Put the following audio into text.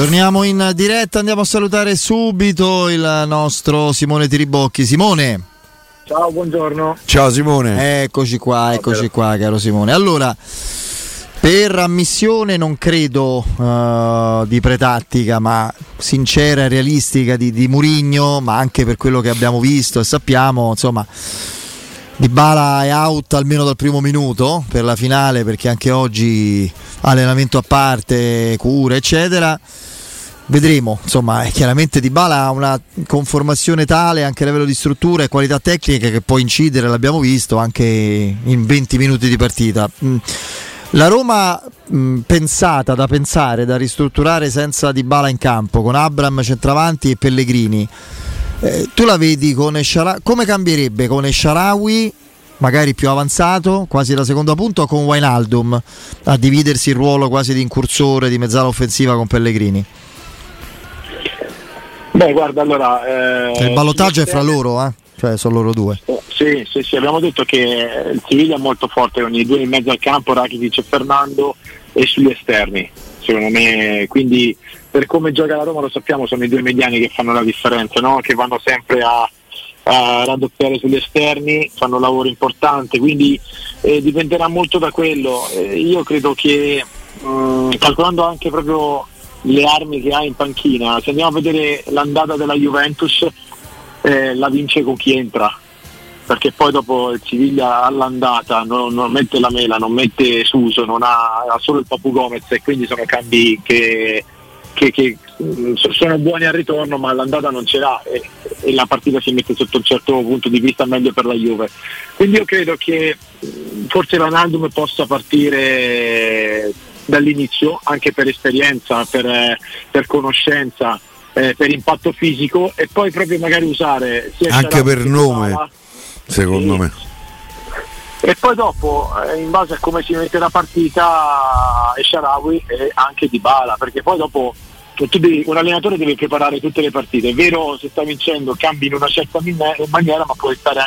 Torniamo in diretta, andiamo a salutare subito il nostro Simone Tiribocchi. Simone. Ciao, buongiorno. Ciao Simone. Eccoci qua, caro Simone. Allora, per ammissione non credo di pretattica, ma sincera e realistica di Mourinho, ma anche per quello che abbiamo visto e sappiamo, insomma, Dybala è out almeno dal primo minuto per la finale, perché anche oggi allenamento a parte, cure eccetera. Vedremo, insomma, chiaramente Dybala ha una conformazione tale anche a livello di struttura e qualità tecniche che può incidere, l'abbiamo visto anche in 20 minuti di partita. La Roma da pensare, da ristrutturare senza Dybala in campo, con Abraham centravanti e Pellegrini, tu la vedi con come cambierebbe con El Shaarawy magari più avanzato, quasi da seconda punta, o con Wijnaldum a dividersi il ruolo quasi di incursore, di mezzala offensiva con Pellegrini? Beh, guarda, allora il ballottaggio è fra loro, cioè sono loro due. Sì, abbiamo detto che il Siviglia è molto forte con i due in mezzo al campo, Rakitic e Fernando, e sugli esterni, secondo me. Quindi per come gioca la Roma lo sappiamo, sono i due mediani che fanno la differenza, no? Che vanno sempre a raddoppiare sugli esterni, fanno un lavoro importante, quindi dipenderà molto da quello. Io credo che calcolando anche proprio le armi che ha in panchina, se andiamo a vedere l'andata della Juventus, la vince con chi entra, perché poi dopo il Siviglia all'andata non mette la Mela, non mette Suso, ha solo il Papu Gomez, e quindi sono cambi che sono buoni al ritorno, ma all'andata non ce l'ha, e la partita si mette sotto un certo punto di vista meglio per la Juve. Quindi io credo che forse Wijnaldum possa partire dall'inizio, anche per esperienza, per conoscenza, per impatto fisico, e poi proprio magari usare sia anche per nome, secondo me. E poi dopo, in base a come si mette la partita, El Shaarawy e anche Dybala, perché poi dopo un allenatore deve preparare tutte le partite. È vero, se sta vincendo cambi in una certa maniera, ma puoi stare